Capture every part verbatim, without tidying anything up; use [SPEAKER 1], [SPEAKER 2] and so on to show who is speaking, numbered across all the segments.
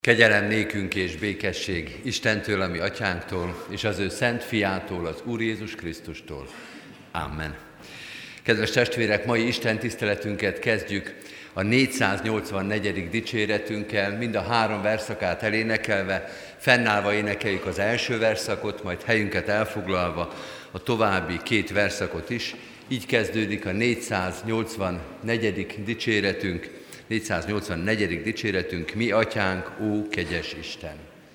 [SPEAKER 1] Kegyelem nékünk és békesség Istentől, a mi atyánktól, és az ő szent fiától, az Úr Jézus Krisztustól. Amen. Kedves testvérek, mai Isten tiszteletünket kezdjük a négyszáznyolcvannegyedik dicséretünkkel, mind a három verszakát elénekelve, fennállva énekeljük az első verszakot, majd helyünket elfoglalva a további két verszakot is. Így kezdődik a négyszáznyolcvannegyedik dicséretünk, négyszáznyolcvannegyedik dicséretünk, Mi Atyánk, ó kegyes Isten!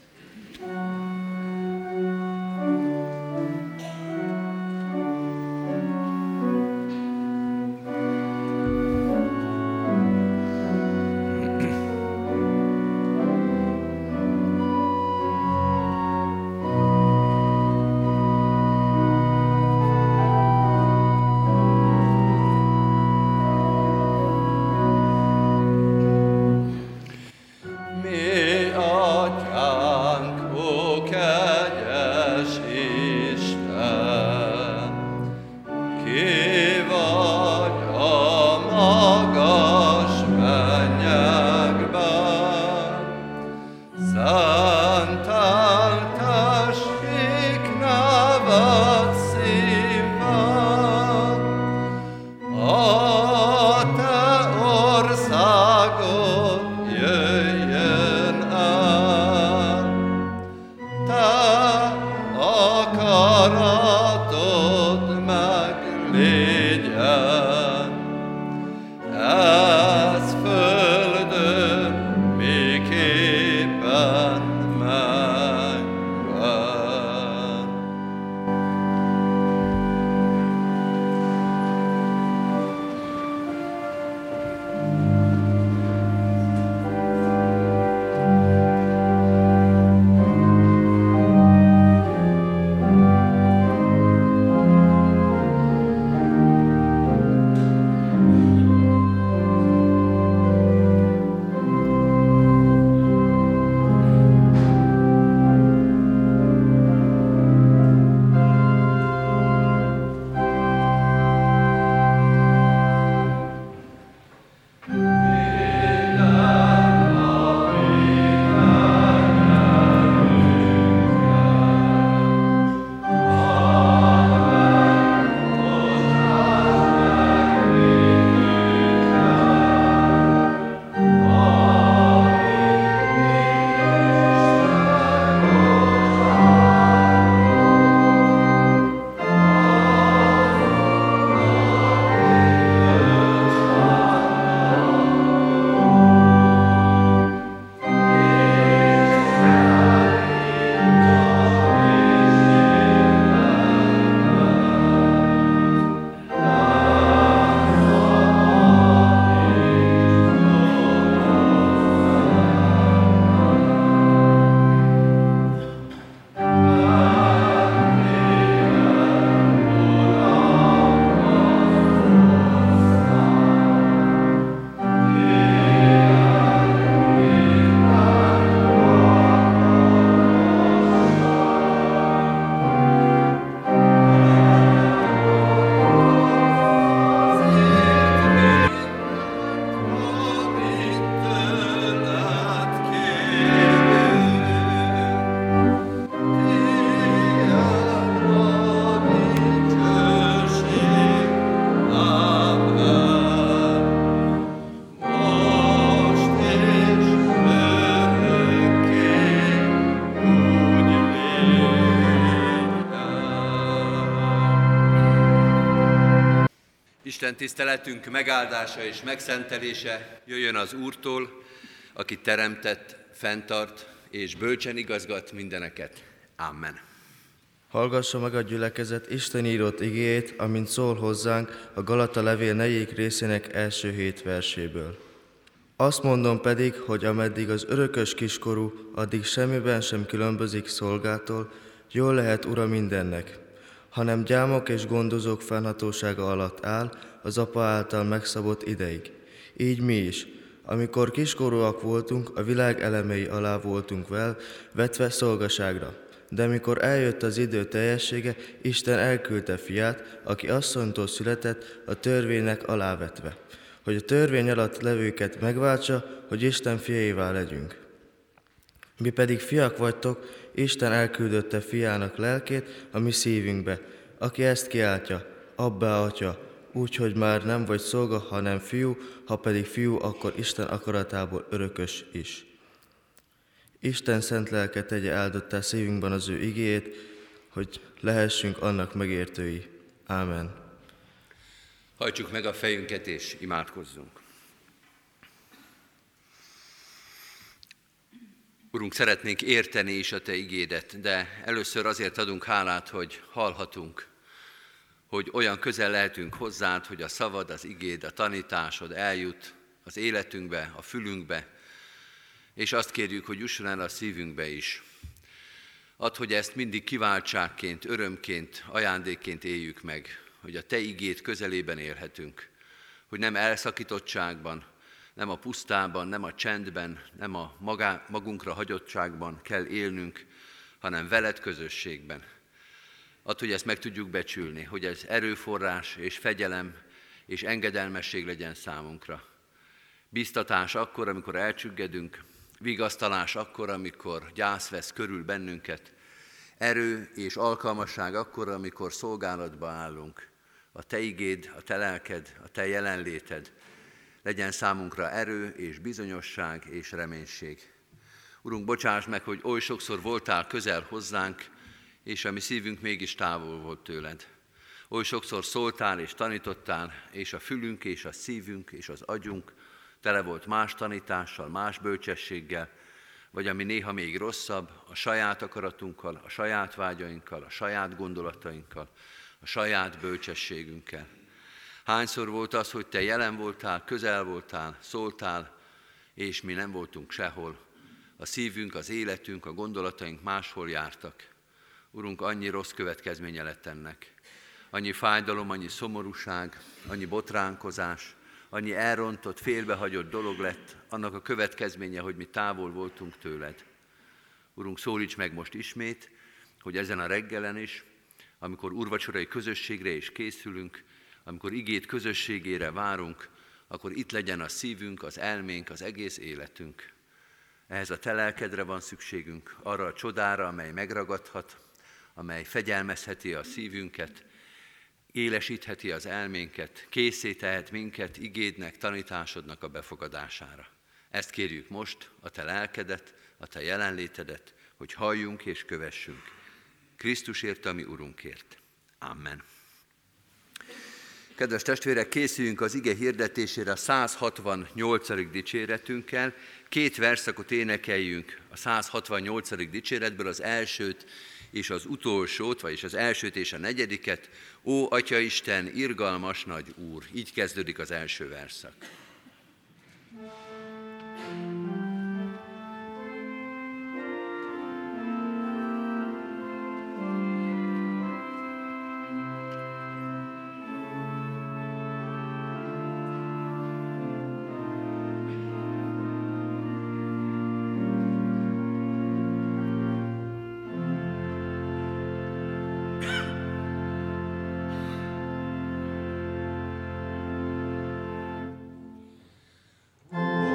[SPEAKER 1] Isten tiszteletünk megáldása és megszentelése jöjjön az Úrtól, aki teremtett, fenntart és bölcsen igazgat mindeneket. Amen.
[SPEAKER 2] Hallgassa meg a gyülekezet Isten írott igéjét, amint szól hozzánk a Galata levél negyedik részének első hét verséből. Azt mondom pedig, hogy ameddig az örökös kiskorú, addig semmiben sem különbözik szolgától, jól lehet ura mindennek, hanem gyámok és gondozók fennhatósága alatt áll az apa által megszabott ideig. Így mi is, amikor kiskorúak voltunk, a világ elemei alá voltunk vel, vetve szolgaságra. De mikor eljött az idő teljessége, Isten elküldte fiát, aki asszonytól született, a törvénynek alávetve, hogy a törvény alatt levőket megváltsa, hogy Isten fiaivá legyünk. Mi pedig fiak vagytok, Isten elküldötte fiának lelkét a mi szívünkbe, aki ezt kiáltja, Abbá, Atya, úgyhogy már nem vagy szolga, hanem fiú, ha pedig fiú, akkor Isten akaratából örökös is. Isten szent lelke tegye áldottá szívünkben az ő igéjét, hogy lehessünk annak megértői. Ámen.
[SPEAKER 1] Hajtsuk meg a fejünket és imádkozzunk. Urunk, szeretnénk érteni is a Te igédet, de először azért adunk hálát, hogy hallhatunk, hogy olyan közel lehetünk hozzád, hogy a szavad, az igéd, a tanításod eljut az életünkbe, a fülünkbe, és azt kérjük, hogy jusson el a szívünkbe is. Add, hogy ezt mindig kiváltságként, örömként, ajándékként éljük meg, hogy a Te igéd közelében élhetünk, hogy nem elszakítottságban, nem a pusztában, nem a csendben, nem a magá, magunkra hagyottságban kell élnünk, hanem veled közösségben. Add, hogy ezt meg tudjuk becsülni, hogy ez erőforrás és fegyelem és engedelmesség legyen számunkra. Bíztatás akkor, amikor elcsüggedünk, vigasztalás akkor, amikor gyász vesz körül bennünket, erő és alkalmasság akkor, amikor szolgálatba állunk. A Te igéd, a Te lelked, a Te jelenléted legyen számunkra erő és bizonyosság és reménység. Urunk, bocsáss meg, hogy oly sokszor voltál közel hozzánk, és a mi szívünk mégis távol volt tőled. Oly sokszor szóltál és tanítottál, és a fülünk és a szívünk és az agyunk tele volt más tanítással, más bölcsességgel, vagy ami néha még rosszabb, a saját akaratunkkal, a saját vágyainkkal, a saját gondolatainkkal, a saját bölcsességünkkel. Hányszor volt az, hogy Te jelen voltál, közel voltál, szóltál, és mi nem voltunk sehol. A szívünk, az életünk, a gondolataink máshol jártak. Urunk, annyi rossz következménye lett ennek. Annyi fájdalom, annyi szomorúság, annyi botránkozás, annyi elrontott, félbehagyott dolog lett, annak a következménye, hogy mi távol voltunk tőled. Urunk, szólíts meg most ismét, hogy ezen a reggelen is, amikor úrvacsorai közösségre is készülünk, amikor igéd közösségére várunk, akkor itt legyen a szívünk, az elménk, az egész életünk. Ehhez a Te lelkedre van szükségünk, arra a csodára, amely megragadhat, amely fegyelmezheti a szívünket, élesítheti az elménket, készé tehet minket igédnek, tanításodnak a befogadására. Ezt kérjük most, a Te lelkedet, a Te jelenlétedet, hogy halljunk és kövessünk. Krisztusért, a mi Urunkért. Amen. Kedves testvérek, készüljünk az ige hirdetésére a száz hatvannyolcadik dicséretünkkel. Két verszakot énekeljünk a száz hatvannyolcadik dicséretből, az elsőt és az utolsót, vagyis az elsőt és a negyediket. Ó, Atyaisten, irgalmas nagy Úr! Így kezdődik az első verszak.
[SPEAKER 3] Oh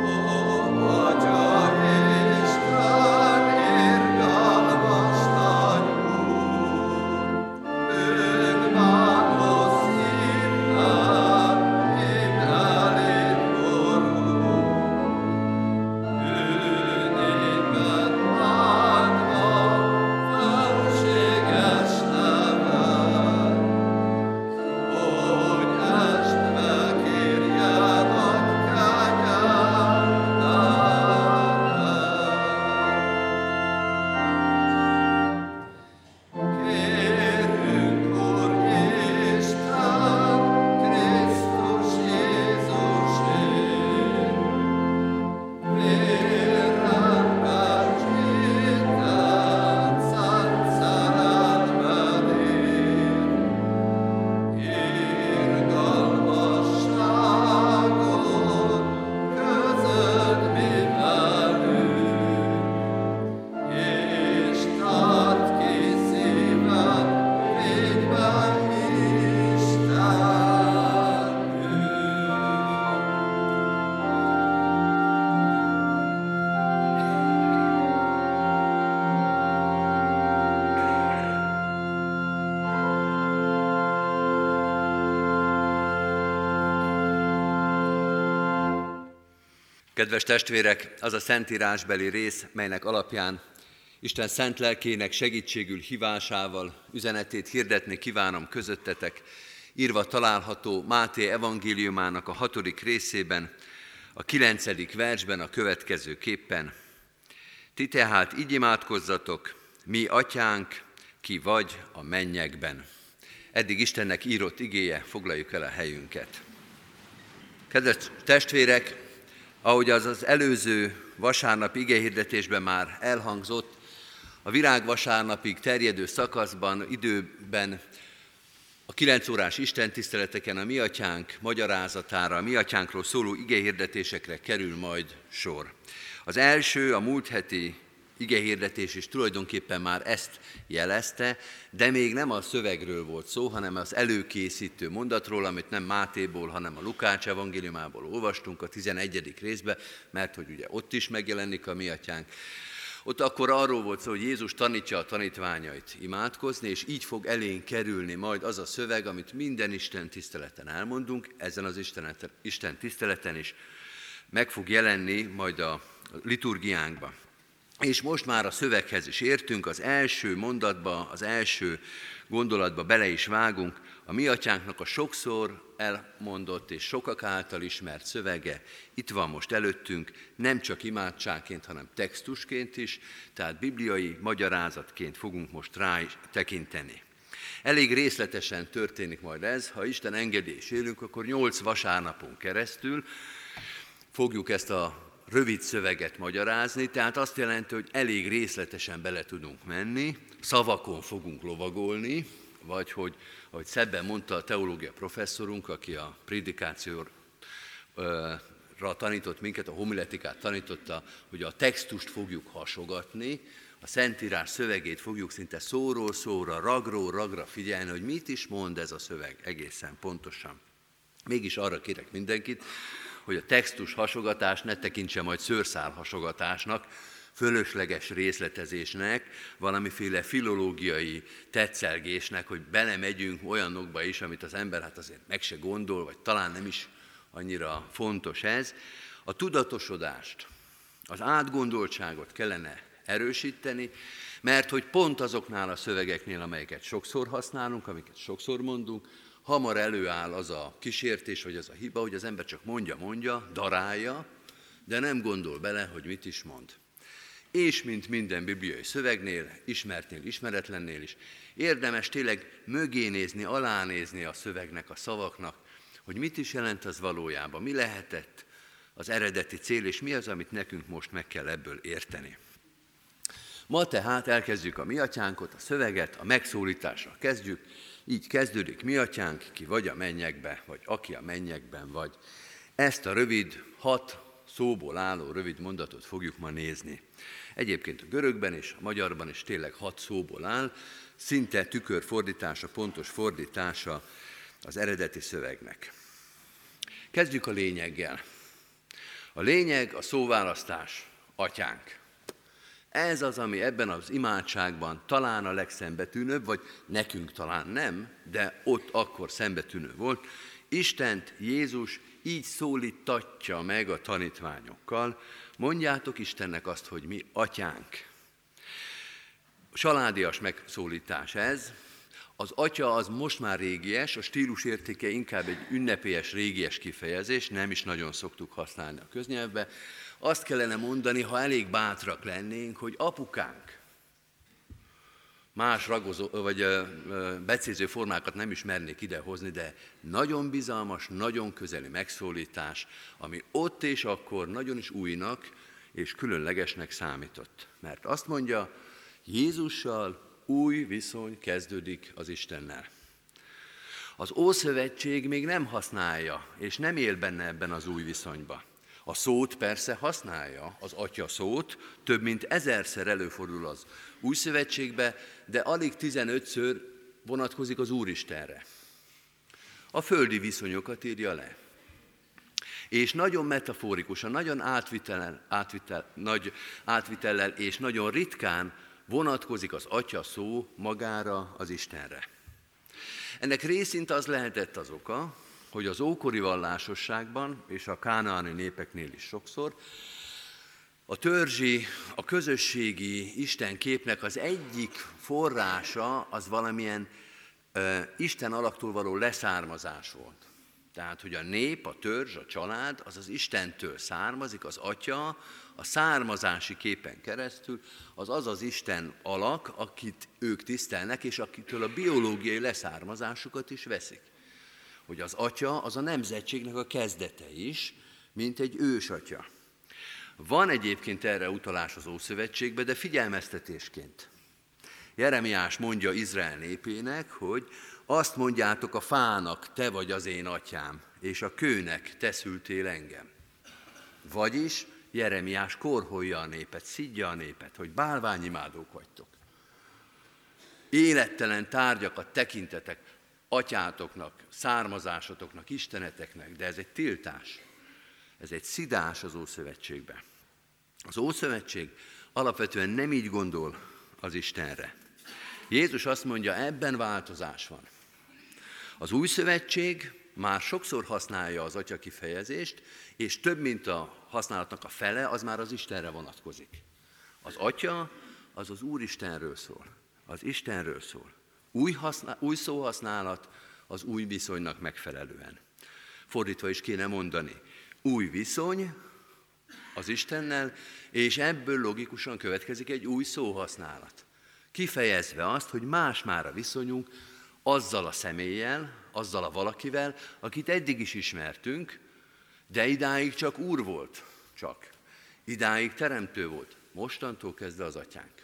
[SPEAKER 1] Kedves testvérek, az a szentírásbeli rész, melynek alapján Isten szent lelkének segítségül hívásával üzenetét hirdetni kívánom közöttetek, írva található Máté evangéliumának a hatodik részében, a kilencedik versben a következő képpen. Ti tehát így imádkozzatok, mi atyánk, ki vagy a mennyekben. Eddig Istennek írott igéje, foglaljuk el a helyünket. Kedves testvérek, ahogy az az előző vasárnap igehirdetésben már elhangzott, a virágvasárnapig terjedő szakaszban, időben a kilenc órás istentiszteleteken a Mi Atyánk magyarázatára, a Mi Atyánkról szóló igehirdetésekre kerül majd sor. Az első, a múlt heti igehirdetés is tulajdonképpen már ezt jelezte, de még nem a szövegről volt szó, hanem az előkészítő mondatról, amit nem Mátéból, hanem a Lukács evangéliumából olvastunk a tizenegyedik részbe, mert hogy ugye ott is megjelenik a Mi Atyánk. Ott akkor arról volt szó, hogy Jézus tanítja a tanítványait imádkozni, és így fog elénk kerülni majd az a szöveg, amit minden Isten tiszteleten elmondunk, ezen az Isten tiszteleten is meg fog jelenni majd a liturgiánkban. És most már a szöveghez is értünk, az első mondatba, az első gondolatba bele is vágunk, a Mi Atyánknak a sokszor elmondott és sokak által ismert szövege itt van most előttünk, nem csak imádságként, hanem textusként is, tehát bibliai magyarázatként fogunk most rá is tekinteni. Elég részletesen történik majd ez, ha Isten engedi és élünk, akkor nyolc vasárnapon keresztül fogjuk ezt a rövid szöveget magyarázni, tehát azt jelenti, hogy elég részletesen bele tudunk menni, szavakon fogunk lovagolni, vagy hogy, ahogy szebben mondta a teológia professzorunk, aki a prédikációra tanított minket, a homiletikát tanította, hogy a textust fogjuk hasogatni, a Szentírás szövegét fogjuk szinte szóról szóra, ragról ragra figyelni, hogy mit is mond ez a szöveg egészen pontosan. Mégis arra kérek mindenkit, hogy a textus hasogatást ne tekintse majd szőrszál hasogatásnak, fölösleges részletezésnek, valamiféle filológiai tetszelgésnek, hogy belemegyünk olyanokba is, amit az ember hát azért meg se gondol, vagy talán nem is annyira fontos ez. A tudatosodást, az átgondoltságot kellene erősíteni, mert hogy pont azoknál a szövegeknél, amelyeket sokszor használunk, amiket sokszor mondunk, hamar előáll az a kísértés, vagy az a hiba, hogy az ember csak mondja-mondja, darálja, de nem gondol bele, hogy mit is mond. És mint minden bibliai szövegnél, ismertnél, ismeretlennél is, érdemes tényleg mögé nézni, alánézni a szövegnek, a szavaknak, hogy mit is jelent az valójában, mi lehetett az eredeti cél, és mi az, amit nekünk most meg kell ebből érteni. Ma tehát elkezdjük a Mi Atyánkot, a szöveget, a megszólításra kezdjük, így kezdődik: Mi Atyánk, ki vagy a mennyekbe, vagy aki a mennyekben vagy. Ezt a rövid, hat szóból álló rövid mondatot fogjuk ma nézni. Egyébként a görögben és a magyarban is tényleg hat szóból áll, szinte tükörfordítása, pontos fordítása az eredeti szövegnek. Kezdjük a lényeggel. A lényeg, a szóválasztás, Atyánk. Ez az, ami ebben az imádságban talán a legszembetűnőbb, vagy nekünk talán nem, de ott akkor szembetűnő volt. Istent Jézus így szólítatja meg a tanítványokkal: mondjátok Istennek azt, hogy mi Atyánk. Családias megszólítás ez. Az atya az most már régies, a stílus értéke inkább egy ünnepélyes, régies kifejezés, nem is nagyon szoktuk használni a köznyelvbe. Azt kellene mondani, ha elég bátrak lennénk, hogy apukánk. Más ragozó, vagy becéző formákat nem is mernék idehozni, de nagyon bizalmas, nagyon közeli megszólítás, ami ott és akkor nagyon is újnak és különlegesnek számított. Mert azt mondja, Jézussal új viszony kezdődik az Istennel. Az Ószövetség még nem használja, és nem él benne ebben az új viszonyban. A szót persze használja, az Atya szót, több mint ezerszer előfordul az Új Szövetségbe, de alig tizenötször vonatkozik az Úristenre. A földi viszonyokat írja le. És nagyon metaforikusan, nagyon átvitel, átvitel, nagy átvitellel és nagyon ritkán vonatkozik az Atya szó magára, az Istenre. Ennek részint az lehetett az oka, hogy az ókori vallásosságban, és a kánaáni népeknél is sokszor, a törzsi, a közösségi istenképnek az egyik forrása az valamilyen ö, Isten alaktól való leszármazás volt. Tehát, hogy a nép, a törzs, a család, az az Istentől származik, az atya, a származási képen keresztül, az az az Isten alak, akit ők tisztelnek, és akitől a biológiai leszármazásukat is veszik. Hogy az atya, az a nemzetségnek a kezdete is, mint egy ősatya. Van egyébként erre utalás az Ószövetségben, de figyelmeztetésként. Jeremiás mondja Izrael népének, hogy azt mondjátok a fának, te vagy az én atyám, és a kőnek te szültél engem. Vagyis Jeremiás korholja a népet, szidja a népet, hogy bálványimádók vagytok. Élettelen tárgyakat tekintetek atyátoknak, származásotoknak, isteneteknek, de ez egy tiltás. Ez egy szidás az Ószövetségben. Az Ószövetség alapvetően nem így gondol az Istenre. Jézus azt mondja, ebben változás van. Az Új Szövetség már sokszor használja az atya kifejezést, és több, mint a használatnak a fele, az már az Istenre vonatkozik. Az atya, az az Úristenről szól, az Istenről szól. Új, használ, új szóhasználat az új viszonynak megfelelően. Fordítva is kéne mondani, új viszony az Istennel, és ebből logikusan következik egy új szóhasználat. Kifejezve azt, hogy más már a viszonyunk azzal a személlyel, azzal a valakivel, akit eddig is ismertünk, de idáig csak Úr volt, csak. Idáig teremtő volt. Mostantól kezdve az atyánk.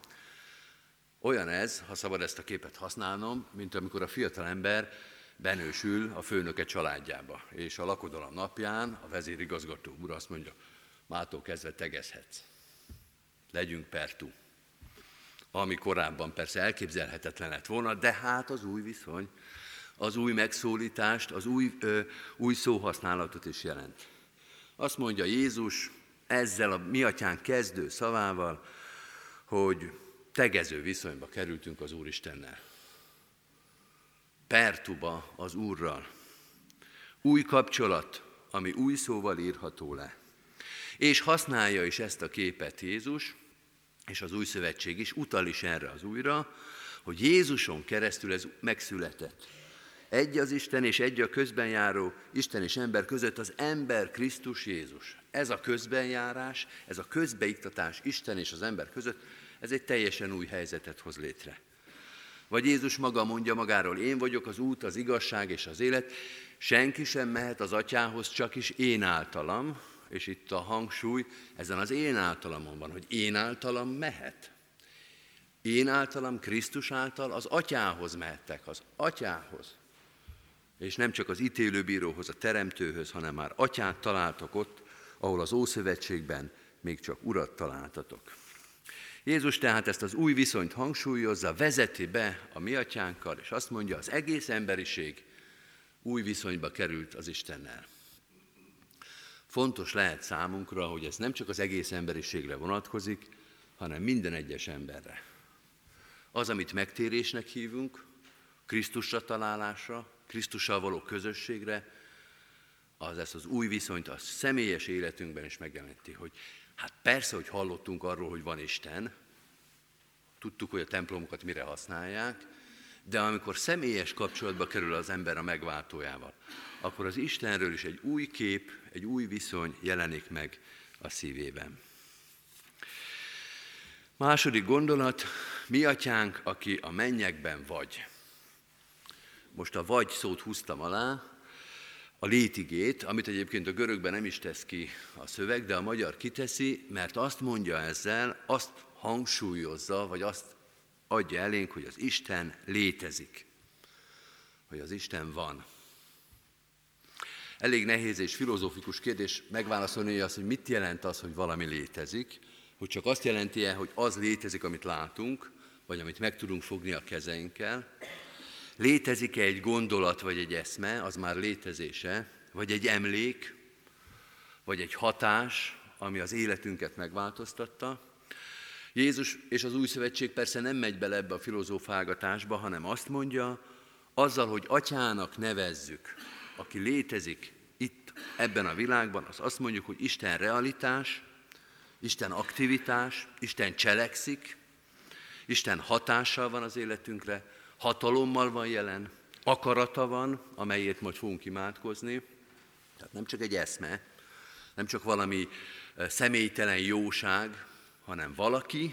[SPEAKER 1] Olyan ez, ha szabad ezt a képet használnom, mint amikor a fiatalember benősül a főnöke családjába, és a lakodalom napján a vezérigazgató úr azt mondja, mától kezdve tegezhetsz. Legyünk pertú. Ami korábban persze elképzelhetetlen lett volna, de hát az új viszony, az új megszólítást, az új, ö, új szóhasználatot is jelent. Azt mondja Jézus ezzel a mi atyánk kezdő szavával, hogy tegező viszonyba kerültünk az Úristennel. Pertuba az Úrral. Új kapcsolat, ami új szóval írható le. És használja is ezt a képet Jézus, és az Új Szövetség is, utal is erre az újra, hogy Jézuson keresztül ez megszületett. Egy az Isten és egy a közben járó Isten és ember között az ember Krisztus Jézus. Ez a közbenjárás, ez a közbeiktatás Isten és az ember között, ez egy teljesen új helyzetet hoz létre. Vagy Jézus maga mondja magáról, én vagyok az út, az igazság és az élet, senki sem mehet az atyához, csak is én általam, és itt a hangsúly ezen az én általamon van, hogy én általam mehet. Én általam, Krisztus által az atyához mehettek, az atyához. És nem csak az ítélőbíróhoz, a teremtőhöz, hanem már atyát találtak ott, ahol az Ószövetségben még csak urat találtatok. Jézus tehát ezt az új viszonyt hangsúlyozza, vezeti be a mi atyánkkal, és azt mondja, az egész emberiség új viszonyba került az Istennel. Fontos lehet számunkra, hogy ez nem csak az egész emberiségre vonatkozik, hanem minden egyes emberre. Az, amit megtérésnek hívunk, Krisztusra találásra, Krisztussal való közösségre, az ezt az új viszonyt a személyes életünkben is megjelenti, hogy hát persze, hogy hallottunk arról, hogy van Isten, tudtuk, hogy a templomokat mire használják, de amikor személyes kapcsolatba kerül az ember a megváltójával, akkor az Istenről is egy új kép, egy új viszony jelenik meg a szívében. Második gondolat, mi atyánk, aki a mennyekben vagy. Most a vagy szót húztam alá, a létigét, amit egyébként a görögben nem is tesz ki a szöveg, de a magyar kiteszi, mert azt mondja ezzel, azt hangsúlyozza, vagy azt adja elénk, hogy az Isten létezik, hogy az Isten van. Elég nehéz és filozófikus kérdés megválaszolni azt, hogy mit jelent az, hogy valami létezik, hogy csak azt jelenti-e, hogy az létezik, amit látunk, vagy amit meg tudunk fogni a kezeinkkel. Létezik-e egy gondolat, vagy egy eszme, az már létezése, vagy egy emlék, vagy egy hatás, ami az életünket megváltoztatta. Jézus és az Új Szövetség persze nem megy bele ebbe a filozófálgatásba, hanem azt mondja, azzal, hogy atyának nevezzük aki létezik itt, ebben a világban, az azt mondjuk, hogy Isten realitás, Isten aktivitás, Isten cselekszik, Isten hatással van az életünkre, hatalommal van jelen, akarata van, amelyért majd fogunk imádkozni. Tehát nem csak egy eszme, nem csak valami személytelen jóság, hanem valaki,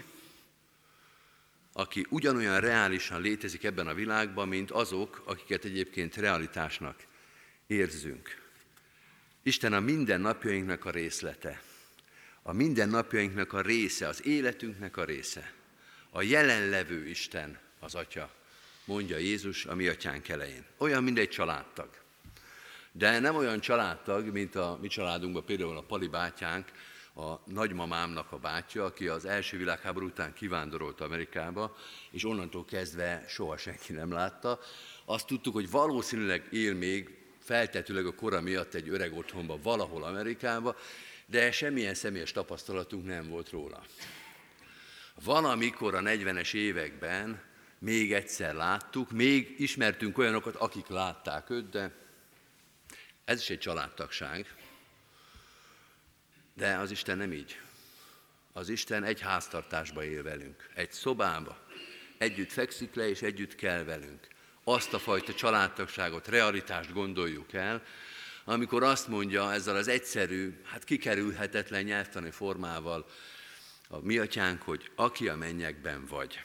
[SPEAKER 1] aki ugyanolyan reálisan létezik ebben a világban, mint azok, akiket egyébként realitásnak érzünk. Isten a mindennapjainknak a részlete, a mindennapjainknak a része, az életünknek a része. A jelenlevő Isten az Atya, mondja Jézus a mi atyánk elején. Olyan, mint egy családtag. De nem olyan családtag, mint a mi családunkban, például a Pali bátyánk, a nagymamámnak a bátyja, aki az első világháború után kivándorolt Amerikába, és onnantól kezdve soha senki nem látta. Azt tudtuk, hogy valószínűleg él még, feltetőleg a kora miatt egy öreg otthonban valahol Amerikában, de semmilyen személyes tapasztalatunk nem volt róla. Valamikor a negyvenes években még egyszer láttuk, még ismertünk olyanokat, akik látták őt, de ez is egy családtagság. De az Isten nem így. Az Isten egy háztartásba él velünk, egy szobába. Együtt fekszik le, és együtt kell velünk. Azt a fajta családtagságot, realitást gondoljuk el, amikor azt mondja ezzel az egyszerű, hát kikerülhetetlen nyelvtani formával a mi atyánk, hogy aki a mennyekben vagy.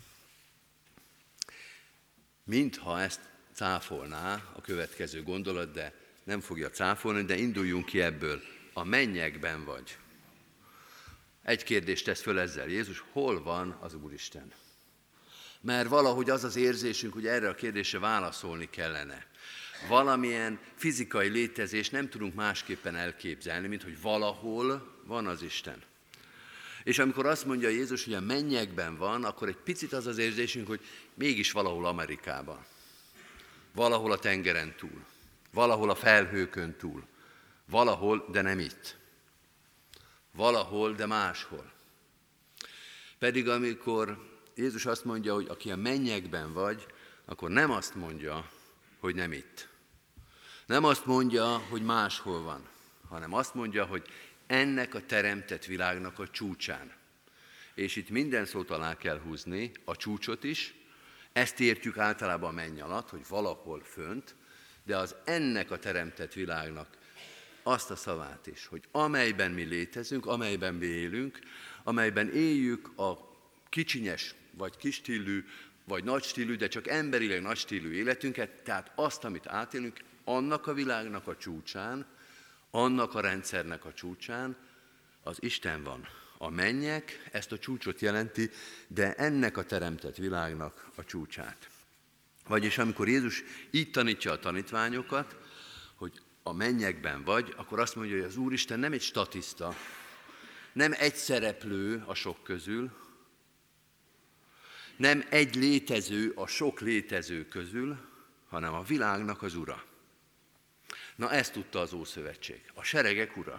[SPEAKER 1] Mintha ezt cáfolná a következő gondolat, de nem fogja cáfolni, de induljunk ki ebből. A mennyekben vagy. Egy kérdést tesz föl ezzel Jézus, hol van az Úristen? Mert valahogy az az érzésünk, hogy erre a kérdésre válaszolni kellene. Valamilyen fizikai létezést nem tudunk másképpen elképzelni, mint hogy valahol van az Isten. És amikor azt mondja Jézus, hogy a mennyekben van, akkor egy picit az az érzésünk, hogy mégis valahol Amerikában. Valahol a tengeren túl. Valahol a felhőkön túl. Valahol, de nem itt. Valahol, de máshol. Pedig amikor Jézus azt mondja, hogy aki a mennyekben vagy, akkor nem azt mondja, hogy nem itt. Nem azt mondja, hogy máshol van, hanem azt mondja, hogy ennek a teremtett világnak a csúcsán. És itt minden szót alá kell húzni, a csúcsot is, ezt értjük általában a menny alatt, hogy valahol fönt, de az ennek a teremtett világnak azt a szavát is, hogy amelyben mi létezünk, amelyben mi élünk, amelyben éljük a kicsinyes, vagy kisstílű, vagy nagy stílű, de csak emberileg nagy stílű életünket, tehát azt, amit átélünk, annak a világnak a csúcsán, annak a rendszernek a csúcsán az Isten van. A mennyek ezt a csúcsot jelenti, de ennek a teremtett világnak a csúcsát. Vagyis amikor Jézus így tanítja a tanítványokat, hogy a mennyekben vagy, akkor azt mondja, hogy az Úristen nem egy statiszta, nem egy szereplő a sok közül, nem egy létező a sok létező közül, hanem a világnak az ura. Na ezt tudta az Ószövetség. A seregek ura.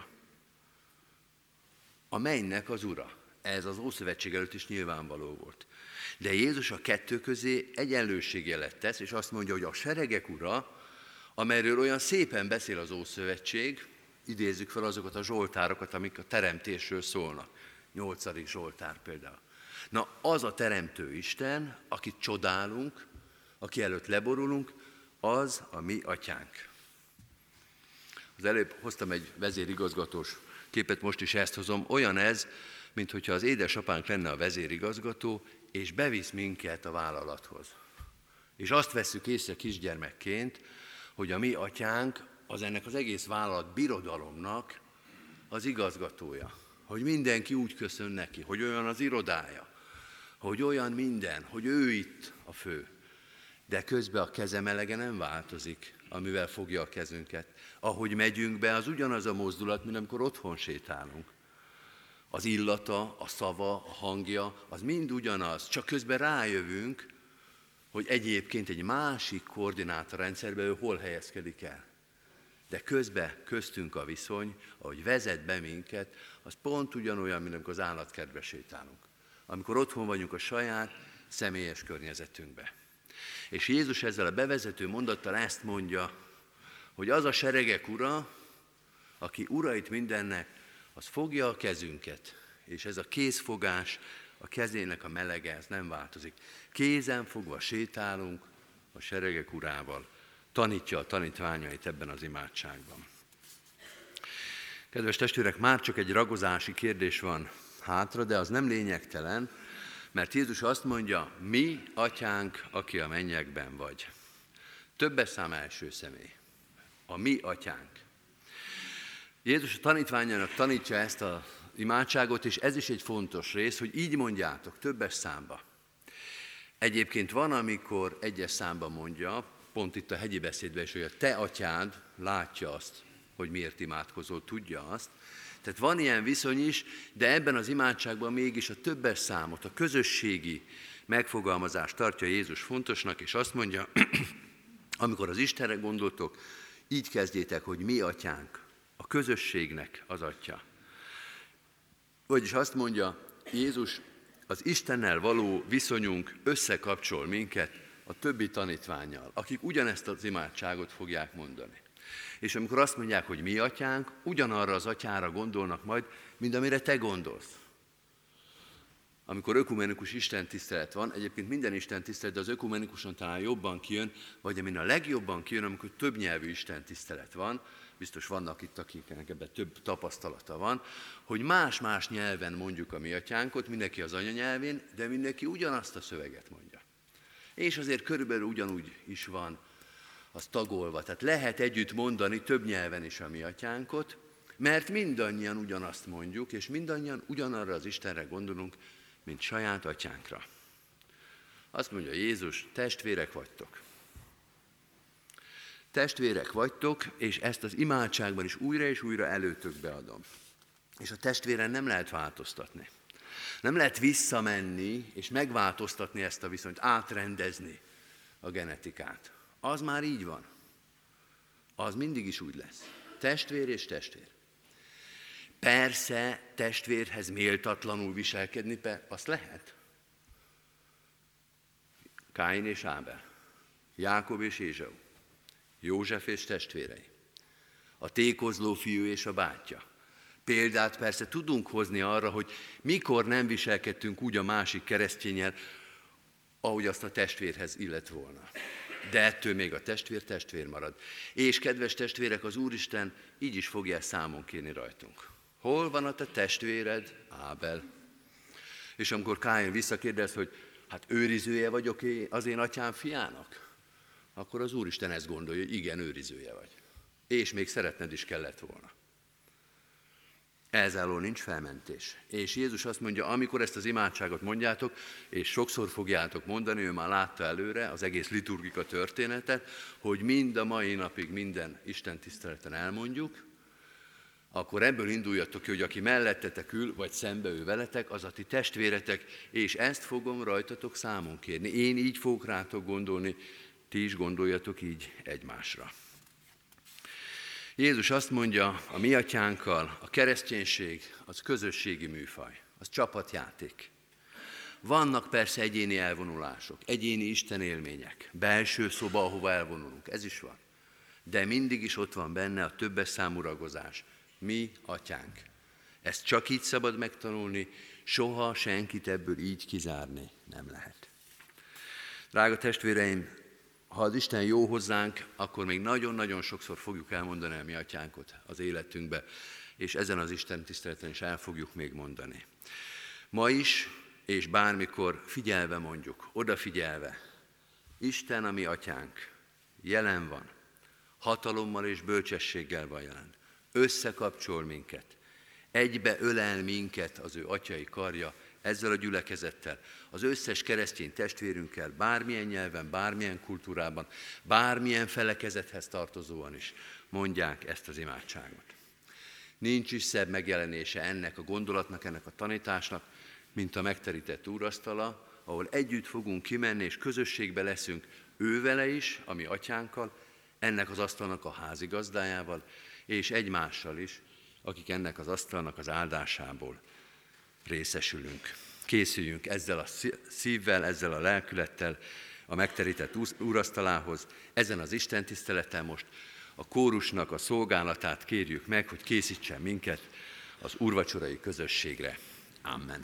[SPEAKER 1] A mennynek az ura. Ez az Ószövetség előtt is nyilvánvaló volt. De Jézus a kettő közé egyenlőségjelet tesz, és azt mondja, hogy a seregek ura, amelyről olyan szépen beszél az Ószövetség, idézzük fel azokat a zsoltárokat, amik a teremtésről szólnak. Nyolcadik zsoltár például. Na, az a teremtő Isten, akit csodálunk, aki előtt leborulunk, az a mi atyánk. Az előbb hoztam egy vezérigazgatós képet, most is ezt hozom. Olyan ez, mintha az édesapánk lenne a vezérigazgató, és bevisz minket a vállalathoz. És azt vesszük észre kisgyermekként, hogy a mi atyánk az ennek az egész vállalat birodalomnak az igazgatója. Hogy mindenki úgy köszön neki, hogy olyan az irodája, hogy olyan minden, hogy ő itt a fő. De közben a keze melege nem változik, amivel fogja a kezünket. Ahogy megyünk be, az ugyanaz a mozdulat, mint amikor otthon sétálunk. Az illata, a szava, a hangja, az mind ugyanaz, csak közben rájövünk, hogy egyébként egy másik koordinátorrendszerben ő hol helyezkedik el. De közben köztünk a viszony, ahogy vezet be minket, az pont ugyanolyan, mint amikor az állatkertbe sétálunk. Amikor otthon vagyunk a saját személyes környezetünkbe. És Jézus ezzel a bevezető mondattal ezt mondja, hogy az a seregek ura, aki urait mindennek, az fogja a kezünket, és ez a kézfogás, a kezének a melege, ez nem változik. Kézen fogva sétálunk a seregek urával. Tanítja a tanítványait ebben az imádságban. Kedves testvérek, már csak egy ragozási kérdés van hátra, de az nem lényegtelen, mert Jézus azt mondja, mi atyánk, aki a mennyekben vagy. Többes szám első személy. A mi atyánk. Jézus a tanítványának tanítja ezt az imádságot, és ez is egy fontos rész, hogy így mondjátok, többes számba. Egyébként van, amikor egyes számba mondja, pont itt a hegyi beszédben is, hogy a te atyád látja azt, hogy miért imádkozol, tudja azt. Tehát van ilyen viszony is, de ebben az imádságban mégis a többes számot, a közösségi megfogalmazást tartja Jézus fontosnak, és azt mondja, amikor az Istenre gondoltok, így kezdjétek, hogy mi atyánk, a közösségnek az atya. Vagyis azt mondja Jézus, az Istennel való viszonyunk összekapcsol minket a többi tanítvánnyal, akik ugyanezt az imádságot fogják mondani. És amikor azt mondják, hogy mi atyánk, ugyanarra az atyára gondolnak majd, mint amire te gondolsz. Amikor ökumenikus istentisztelet van, egyébként minden istentisztelet, de az ökumenikuson talán jobban kijön, vagy amin a legjobban kijön, amikor több nyelvű istentisztelet van, biztos vannak itt, akiknek ebben több tapasztalata van, hogy más-más nyelven mondjuk a mi atyánkot, mindenki az anyanyelvén, de mindenki ugyanazt a szöveget mondja. És azért körülbelül ugyanúgy is van az tagolva. Tehát lehet együtt mondani több nyelven is a mi atyánkot, mert mindannyian ugyanazt mondjuk, és mindannyian ugyanarra az Istenre gondolunk, mint saját atyánkra. Azt mondja Jézus, testvérek vagytok. Testvérek vagytok, és ezt az imádságban is újra és újra előtökbe adom. És a testvéren nem lehet változtatni. Nem lehet visszamenni és megváltoztatni ezt a viszonyt, átrendezni a genetikát. Az már így van. Az mindig is úgy lesz. Testvér és testvér. Persze testvérhez méltatlanul viselkedni, azt lehet. Káin és Ábel, Jákob és Ézsau, József és testvérei, a tékozló fiú és a bátyja. Példát persze tudunk hozni arra, hogy mikor nem viselkedtünk úgy a másik keresztényel, ahogy azt a testvérhez illet volna. De ettől még a testvér testvér marad. És kedves testvérek, az Úristen így is fogja számon kérni rajtunk. Hol van a te testvéred, Ábel? És amikor Káin visszakérdez, hogy hát őrizője vagyok az én atyám fiának, akkor az Úristen ezt gondolja, hogy igen, őrizője vagy. És még szeretned is kellett volna. Ezáltal nincs felmentés. És Jézus azt mondja, amikor ezt az imádságot mondjátok, és sokszor fogjátok mondani, ő már látta előre az egész liturgika történetet, hogy mind a mai napig minden Isten tiszteleten elmondjuk, akkor ebből induljatok ki, hogy aki mellettetek ül, vagy szembe ő veletek, az a ti testvéretek, és ezt fogom rajtatok számon kérni. Én így fogok rátok gondolni, ti is gondoljatok így egymásra. Jézus azt mondja, a mi atyánkkal, a kereszténység az közösségi műfaj, az csapatjáték. Vannak persze egyéni elvonulások, egyéni istenélmények, belső szoba, ahova elvonulunk, ez is van. De mindig is ott van benne a többes számú ragozás. Mi atyánk. Ezt csak így szabad megtanulni, soha senkit ebből így kizárni nem lehet. Drága testvéreim, ha az Isten jó hozzánk, akkor még nagyon-nagyon sokszor fogjuk elmondani a mi atyánkot az életünkbe, és ezen az Isten tiszteleten is el fogjuk még mondani. Ma is, és bármikor figyelve mondjuk, odafigyelve, Isten a mi atyánk jelen van, hatalommal és bölcsességgel van jelen, összekapcsol minket, egybe ölel minket az ő atyai karja, ezzel a gyülekezettel, az összes keresztény testvérünkkel, bármilyen nyelven, bármilyen kultúrában, bármilyen felekezethez tartozóan is mondják ezt az imádságot. Nincs is szebb megjelenése ennek a gondolatnak, ennek a tanításnak, mint a megterített úrasztala, ahol együtt fogunk kimenni, és közösségbe leszünk ővele is, a mi atyánkkal, ennek az asztalnak a házigazdájával, és egymással is, akik ennek az asztalnak az áldásából részesülünk. Készüljünk ezzel a szívvel, ezzel a lelkülettel a megterített úrasztalához, ezen az istentiszteleten most a kórusnak a szolgálatát kérjük meg, hogy készítsen minket az úrvacsorai közösségre. Amen.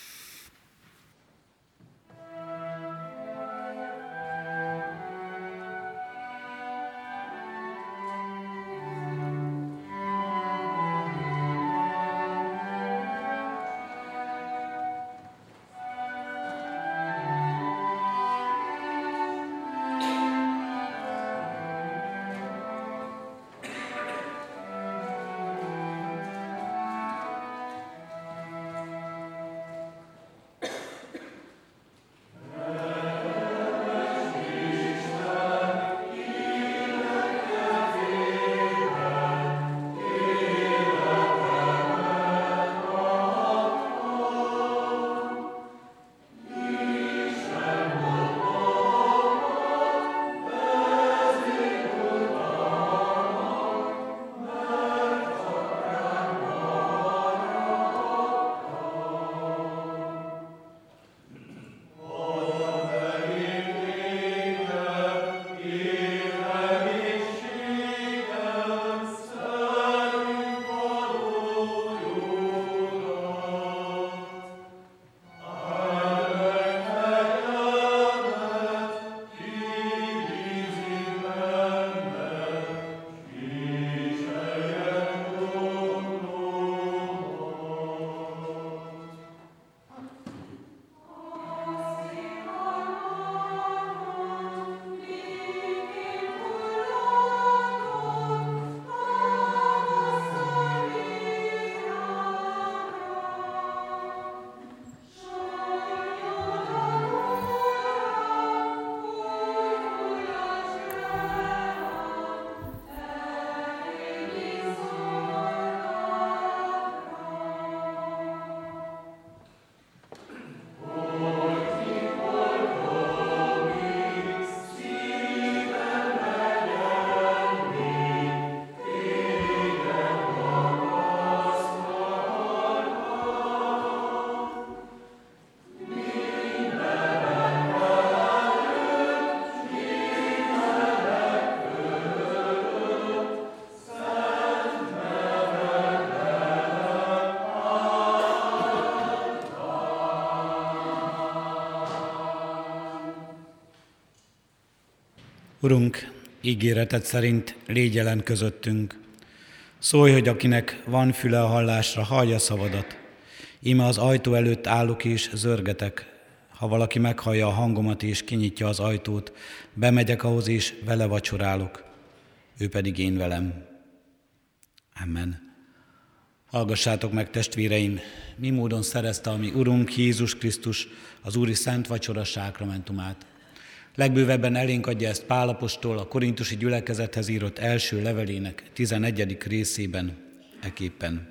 [SPEAKER 3] Urunk, ígéreted szerint légy jelen közöttünk. Szólj, hogy akinek van füle a hallásra, hallja szavadat. Íme az ajtó előtt állok és zörgetek. Ha valaki meghallja a hangomat és kinyitja az ajtót, bemegyek ahhoz és vele vacsorálok, ő pedig én velem. Amen. Hallgassátok meg, testvéreim, mi módon szerezte a mi Urunk Jézus Krisztus az Úri Szent Vacsora sákramentumát. Legbővebben elénk adja ezt Pál apostol a korintusi gyülekezethez írott első levelének tizenegyedik részében, eképpen.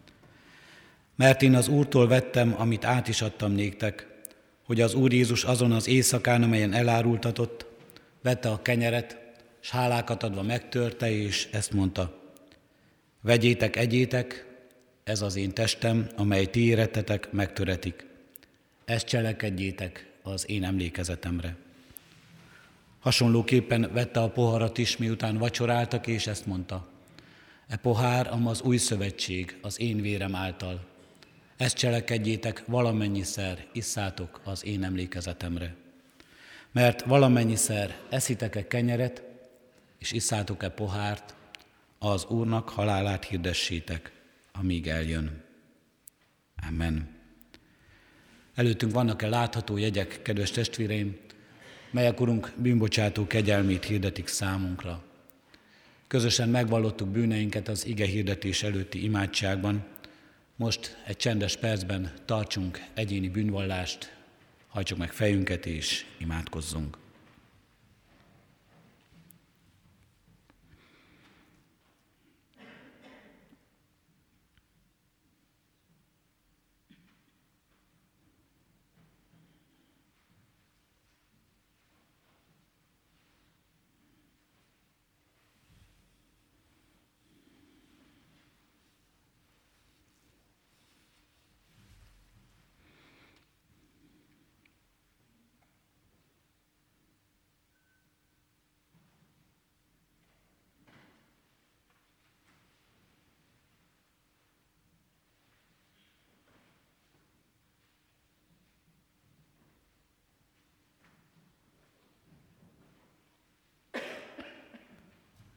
[SPEAKER 3] Mert én az Úrtól vettem, amit át is adtam néktek, hogy az Úr Jézus azon az éjszakán, amelyen elárultatott, vette a kenyeret, s hálákat adva megtörte, és ezt mondta: vegyétek, egyétek, ez az én testem, amely ti érettetek, megtöretik. Ezt cselekedjétek az én emlékezetemre. Hasonlóképpen vette a poharat is, miután vacsoráltak, és ezt mondta: e pohár, am az új szövetség, az én vérem által. Ezt cselekedjétek valamennyiszer, isszátok az én emlékezetemre. Mert valamennyiszer eszitek-e kenyeret, és isszátok-e pohárt, az Úrnak halálát hirdessétek, amíg eljön. Amen. Előttünk vannak-e látható jegyek, kedves testvéreim, melyek Urunk bűnbocsátó kegyelmét hirdetik számunkra. Közösen megvallottuk bűneinket az ige hirdetés előtti imádságban. Most egy csendes percben tartsunk egyéni bűnvallást, hajtsuk meg fejünket és imádkozzunk.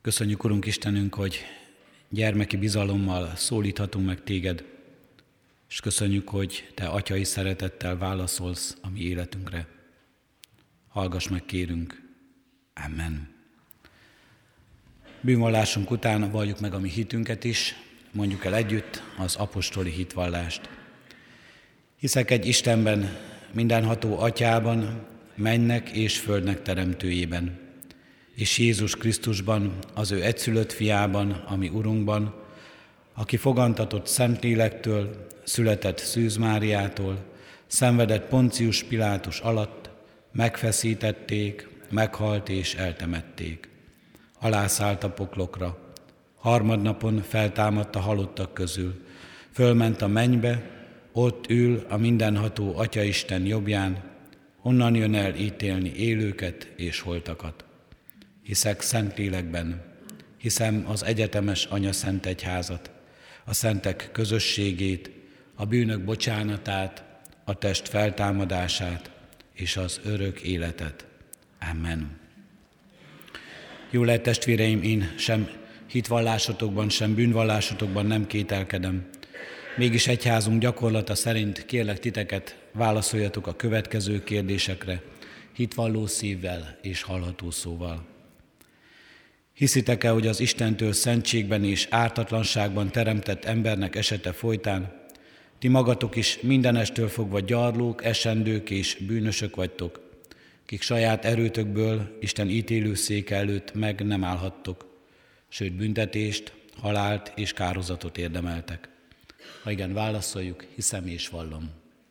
[SPEAKER 3] Köszönjük, Urunk Istenünk, hogy gyermeki bizalommal szólíthatunk meg téged, és köszönjük, hogy te atyai szeretettel válaszolsz a mi életünkre. Hallgass meg, kérünk. Amen. Bűnvallásunk után valljuk meg a mi hitünket is, mondjuk el együtt az apostoli hitvallást. Hiszek egy Istenben, mindenható Atyában, mennek és földnek teremtőjében, és Jézus Krisztusban, az ő egyszülött fiában, ami Urunkban, aki fogantatott Szentlélektől, született Szűz Máriától, szenvedett Poncius Pilátus alatt, megfeszítették, meghalt és eltemették. Alászállt a poklokra, harmadnapon feltámadt a halottak közül, fölment a mennybe, ott ül a mindenható Atyaisten jobbján, onnan jön el ítélni élőket és holtakat. Hiszek Szentlélekben, hiszem az egyetemes Anya Szent Egyházat, a szentek közösségét, a bűnök bocsánatát, a test feltámadását és az örök életet. Amen. Jó lehet, testvéreim, én sem hitvallásotokban, sem bűnvallásotokban nem kételkedem. Mégis egyházunk gyakorlata szerint kérlek titeket, válaszoljatok a következő kérdésekre, hitvalló szívvel és hallható szóval. Hiszitek-e, hogy az Istentől szentségben és ártatlanságban teremtett embernek esete folytán ti magatok is mindenestől fogva gyarlók, esendők és bűnösök vagytok, kik saját erőtökből Isten ítélőszéke előtt meg nem állhattok, sőt büntetést, halált és kározatot érdemeltek? Ha igen, válaszoljuk, hiszem és vallom.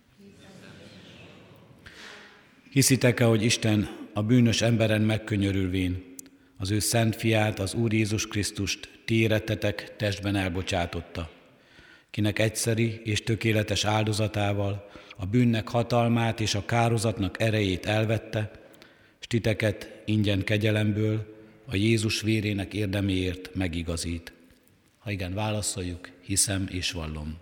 [SPEAKER 3] Hiszitek-e, hogy Isten a bűnös emberen megkönyörülvén az ő szent fiát, az Úr Jézus Krisztust ti érettetek testben elbocsátotta, kinek egyszeri és tökéletes áldozatával a bűnnek hatalmát és a kározatnak erejét elvette, s titeket ingyen kegyelemből a Jézus vérének érdeméért megigazít? Ha igen, válaszoljuk, hiszem és vallom.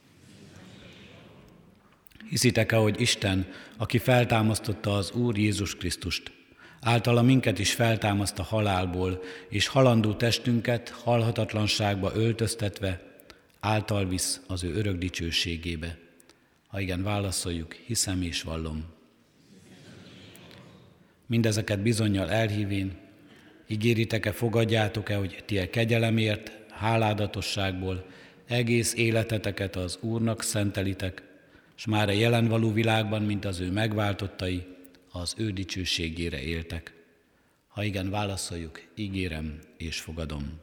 [SPEAKER 3] Hiszitek-e, hogy Isten, aki feltámasztotta az Úr Jézus Krisztust, általa minket is feltámaszt a halálból, és halandó testünket halhatatlanságba öltöztetve, által visz az ő örök dicsőségébe? Ha igen, válaszoljuk, hiszem és vallom. Mindezeket bizonnyal elhívén, ígéritek-e, fogadjátok-e, hogy ti a kegyelemért, háládatosságból egész életeteket az Úrnak szentelitek, s már a jelen való világban, mint az ő megváltottai, az ő dicsőségére éltek? Ha igen, válaszoljuk, ígérem és fogadom.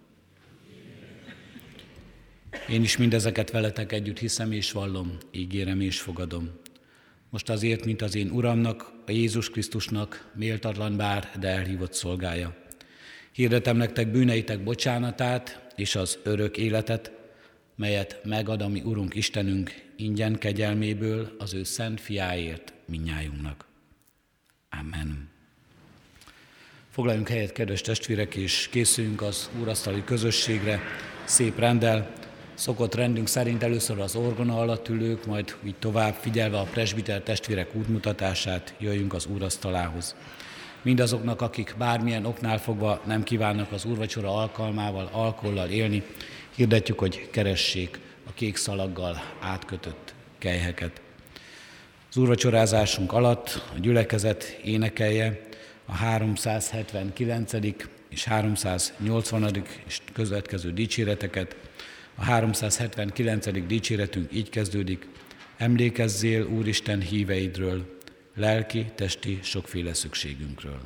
[SPEAKER 3] Én is mindezeket veletek együtt hiszem és vallom, ígérem és fogadom. Most azért, mint az én Uramnak, a Jézus Krisztusnak méltatlan bár, de elhívott szolgája. Hirdetem nektek bűneitek bocsánatát és az örök életet, melyet megad a mi Urunk Istenünk ingyen kegyelméből az ő szent fiáért mindnyájunknak. Amen. Foglaljunk helyet, kedves testvérek, és készüljünk az úrasztali közösségre szép renddel. Szokott rendünk szerint először az orgona alatt ülők, majd így tovább figyelve a presbiter testvérek útmutatását jöjjünk az úrasztalához. Mindazoknak, akik bármilyen oknál fogva nem kívánnak az úrvacsora alkalmával, alkollal élni, hirdetjük, hogy keressék a kék szalaggal átkötött kelyheket. Az úrvacsorázásunk alatt a gyülekezet énekelje a háromszázhetvenkilencedik és háromszáznyolcvanadik és következő dicséreteket. A háromszázhetvenkilencedik dicséretünk így kezdődik: emlékezzél, Úristen, híveidről, lelki, testi, sokféle szükségünkről.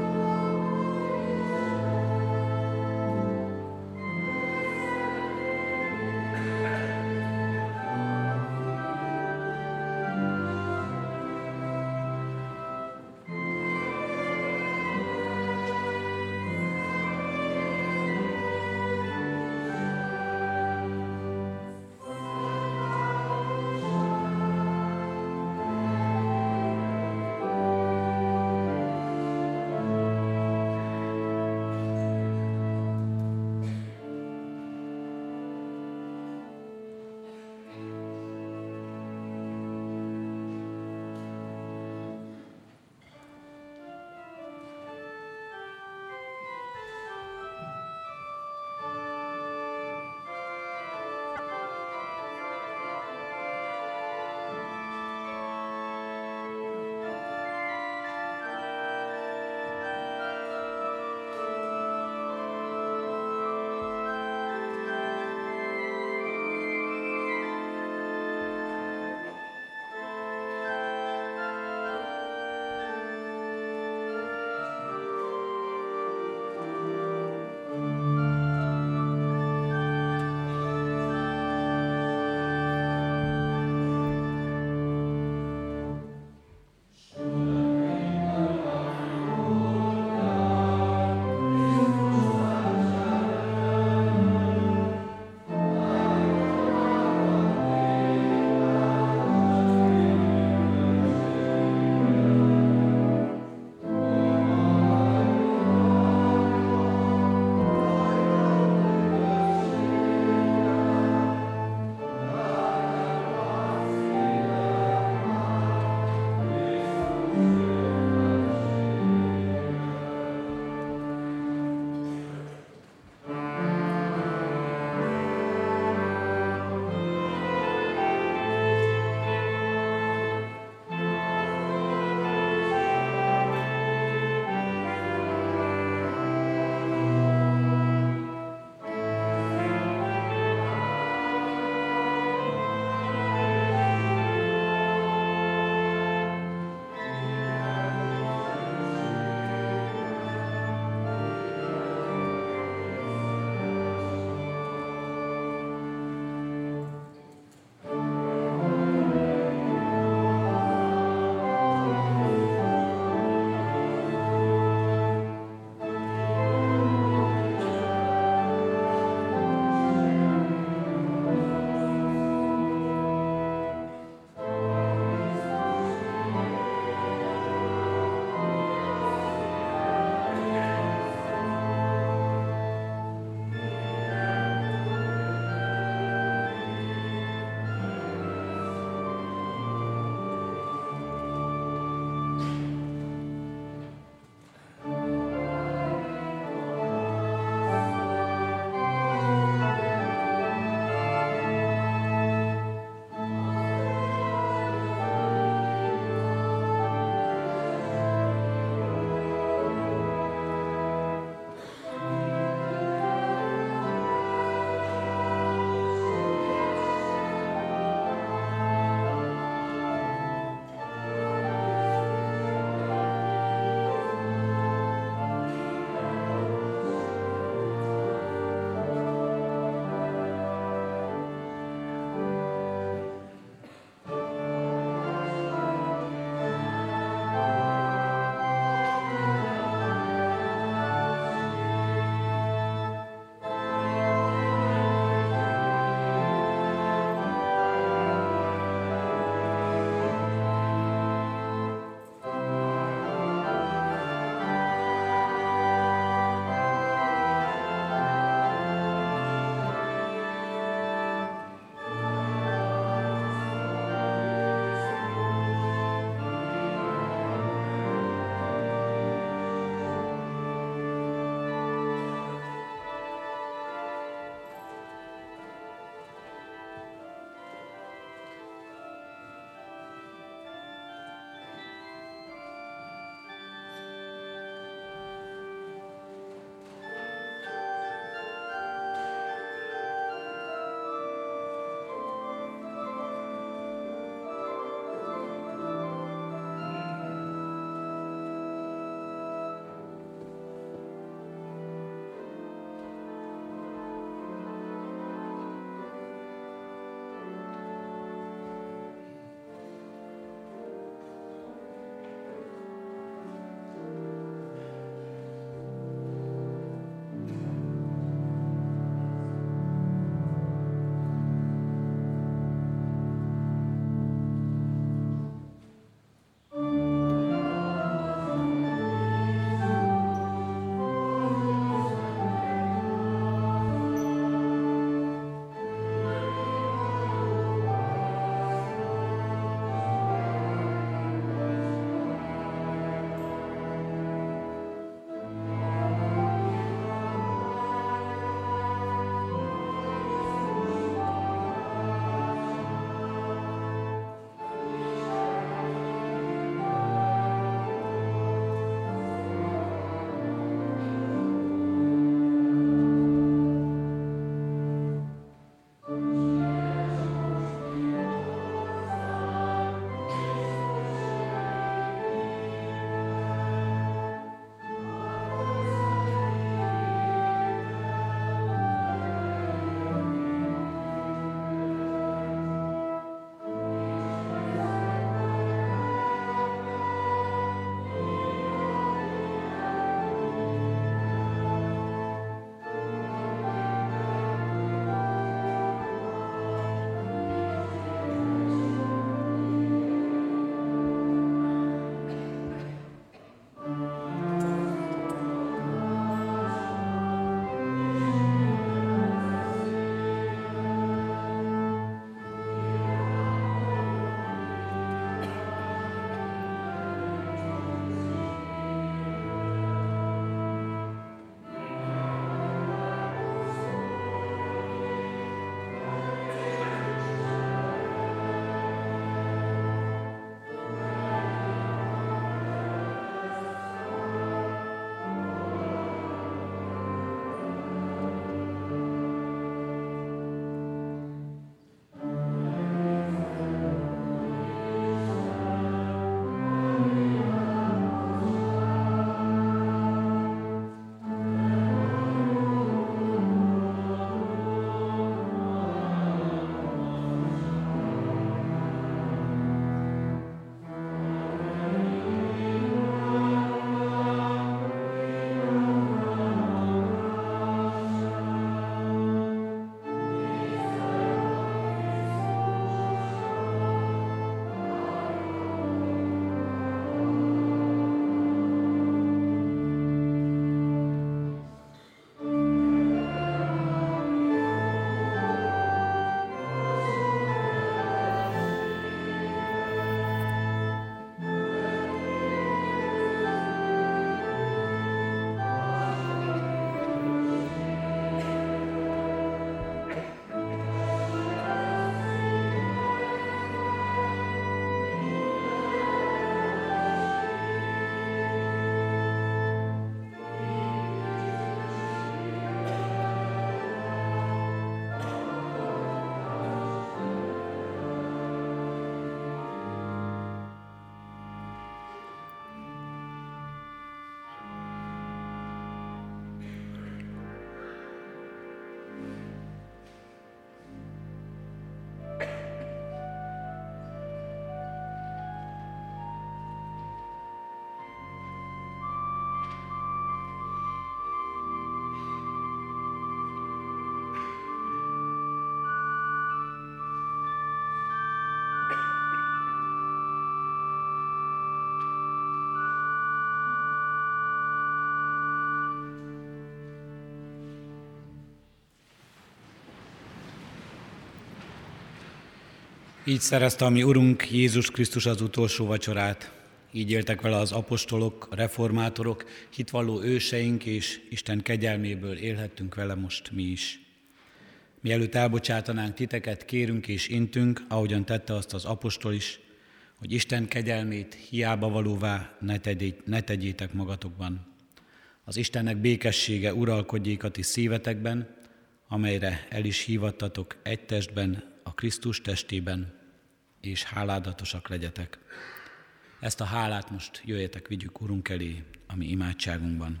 [SPEAKER 3] Így szerezte a mi Urunk Jézus Krisztus az utolsó vacsorát. Így éltek vele az apostolok, a reformátorok, hitvalló őseink, és Isten kegyelméből élhettünk vele most mi is. Mielőtt elbocsátanánk titeket, kérünk és intünk, ahogyan tette azt az apostol is, hogy Isten kegyelmét hiába valóvá ne, tegyé, ne tegyétek magatokban. Az Istennek békessége uralkodjék a ti szívetekben, amelyre el is hívattatok egy testben, a Krisztus testében, és háládatosak legyetek. Ezt a hálát most jöjjetek, vigyük Urunk elé a mi imádságunkban.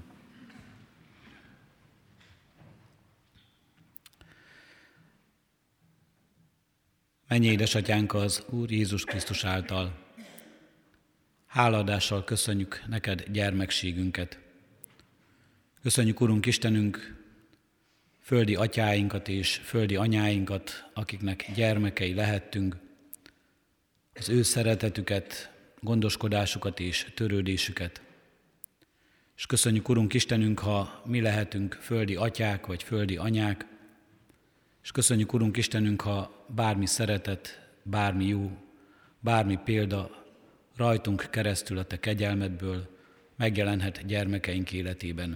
[SPEAKER 3] Mennyei édesatyánk az Úr Jézus Krisztus által. Hálaadással köszönjük neked gyermekségünket. Köszönjük, Urunk Istenünk, földi atyáinkat és földi anyáinkat, akiknek gyermekei lehettünk, az ő szeretetüket, gondoskodásukat és törődésüket. És köszönjük, Urunk Istenünk, ha mi lehetünk földi atyák vagy földi anyák, és köszönjük, Urunk Istenünk, ha bármi szeretet, bármi jó, bármi példa rajtunk keresztül a te kegyelmedből megjelenhet gyermekeink életében.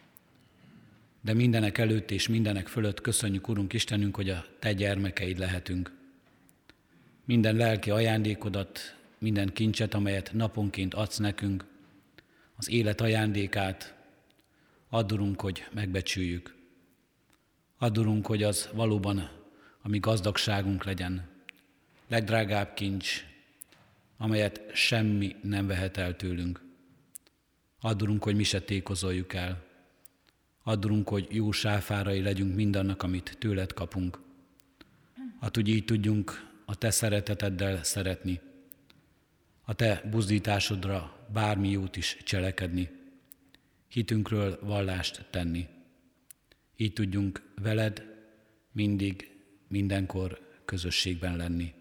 [SPEAKER 3] De mindenek előtt és mindenek fölött köszönjük, Urunk Istenünk, hogy a te gyermekeid lehetünk. Minden lelki ajándékodat, minden kincset, amelyet naponként adsz nekünk, az élet ajándékát, add, Urunk, hogy megbecsüljük. Add, Urunk, hogy az valóban a mi gazdagságunk legyen. Legdrágább kincs, amelyet semmi nem vehet el tőlünk. Add, Urunk, hogy mi se tékozoljuk el. Add, Urunk, hogy jó sáfárai legyünk mindannak, amit tőled kapunk. Add, hogy így tudjunk a te szereteteddel szeretni, a te buzdításodra bármi jót is cselekedni, hitünkről vallást tenni. Így tudjunk veled mindig, mindenkor közösségben lenni.